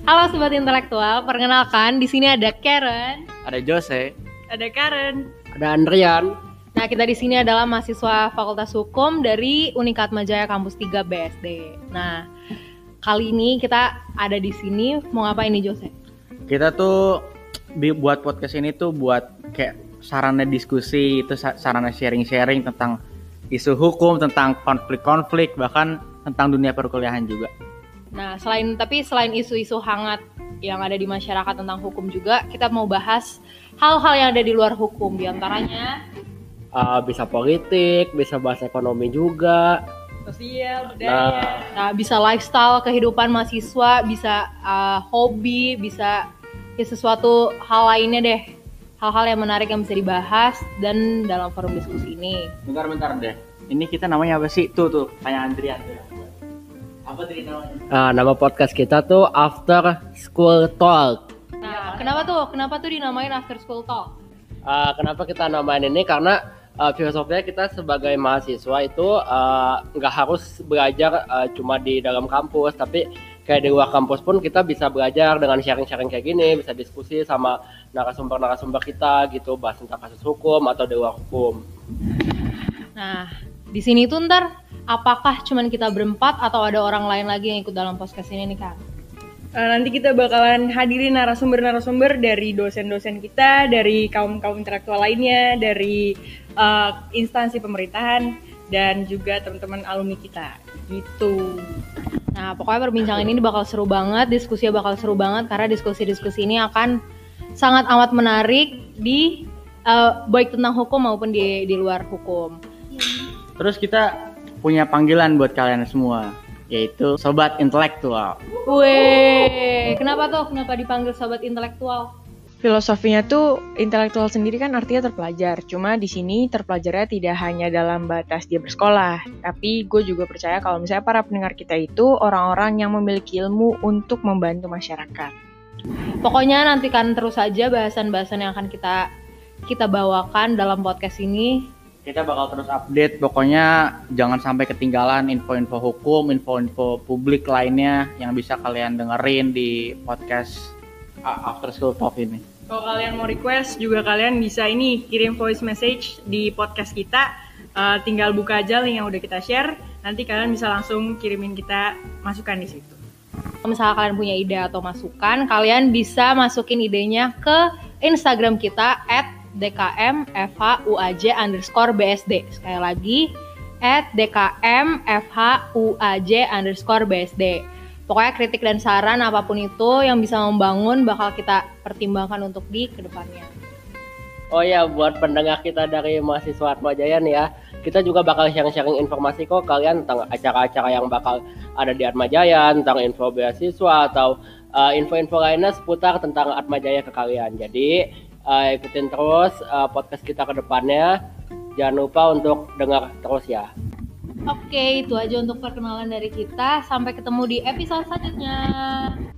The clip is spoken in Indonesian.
Halo Sobat Intelektual, perkenalkan di sini ada Karen, Ada Jose, ada Karen, ada Andrian. Nah, kita di sini adalah mahasiswa Fakultas Hukum dari Unikat Majaya Kampus 3 BSD. Nah, kali ini kita ada di sini mau ngapain nih Jose? Kita tuh buat podcast ini tuh buat kayak sarana diskusi, itu sarana sharing-sharing tentang isu hukum, tentang konflik-konflik, bahkan tentang dunia perkuliahan juga. Nah, selain isu-isu hangat yang ada di masyarakat tentang hukum juga, kita mau bahas hal-hal yang ada di luar hukum. Di antaranya bisa politik, bisa bahas ekonomi juga, sosial, budaya. Nah, bisa lifestyle, kehidupan mahasiswa, bisa hobi, bisa ya sesuatu hal lainnya deh. Hal-hal yang menarik yang bisa dibahas dan dalam forum diskusi ini. Bentar deh. Ini kita namanya apa sih? Tuh, tanya Andrian tuh. Apa tadi namanya? nama podcast kita tuh After School Talk. Nah, kenapa tuh dinamain After School Talk? Kenapa kita namain ini? Karena filosofinya kita sebagai mahasiswa itu nggak harus belajar cuma di dalam kampus, tapi kayak di luar kampus pun kita bisa belajar dengan sharing-sharing kayak gini, bisa diskusi sama narasumber kita gitu, bahas tentang kasus hukum atau di luar hukum. Nah, di sini tuh ntar apakah cuman kita berempat atau ada orang lain lagi yang ikut dalam podcast ini nih Kak? Nanti kita bakalan hadirin narasumber-narasumber dari dosen-dosen kita, dari kaum-kaum intelektual lainnya, dari instansi pemerintahan, dan juga teman-teman alumni kita, gitu. Nah, pokoknya perbincangan ini bakal seru banget, diskusinya bakal seru banget, karena diskusi-diskusi ini akan sangat amat menarik di baik tentang hukum maupun di luar hukum. Terus kita punya panggilan buat kalian semua, yaitu Sobat Intelektual. Weh, kenapa dipanggil Sobat Intelektual? Filosofinya tuh intelektual sendiri kan artinya terpelajar. Cuma di sini terpelajarnya tidak hanya dalam batas dia bersekolah, tapi gue juga percaya kalau misalnya para pendengar kita itu orang-orang yang memiliki ilmu untuk membantu masyarakat. Pokoknya nantikan terus saja bahasan-bahasan yang akan kita bawakan dalam podcast ini. Kita bakal terus update, pokoknya jangan sampai ketinggalan info-info hukum, info-info publik lainnya yang bisa kalian dengerin di podcast After School Talk ini. Kalau kalian mau request juga kalian bisa kirim voice message di podcast kita. Tinggal buka aja link yang udah kita share. Nanti kalian bisa langsung kirimin kita masukan di situ. Kalau misalnya kalian punya ide atau masukan, kalian bisa masukin idenya ke Instagram kita @dkmfhuaj_bsd. Sekali lagi @dkmfhuaj_bsd. Pokoknya kritik dan saran apapun itu yang bisa membangun bakal kita pertimbangkan untuk di kedepannya. Oh ya, buat pendengar kita dari mahasiswa Atmajaya nih ya, kita juga bakal sharing-sharing informasi kok kalian tentang acara-acara yang bakal ada di Atmajaya, tentang info beasiswa atau info-info lainnya seputar tentang Atmajaya ke kalian. Jadi ikutin terus podcast kita ke depannya. Jangan lupa untuk dengar terus ya. Oke, itu aja untuk perkenalan dari kita. Sampai ketemu di episode selanjutnya.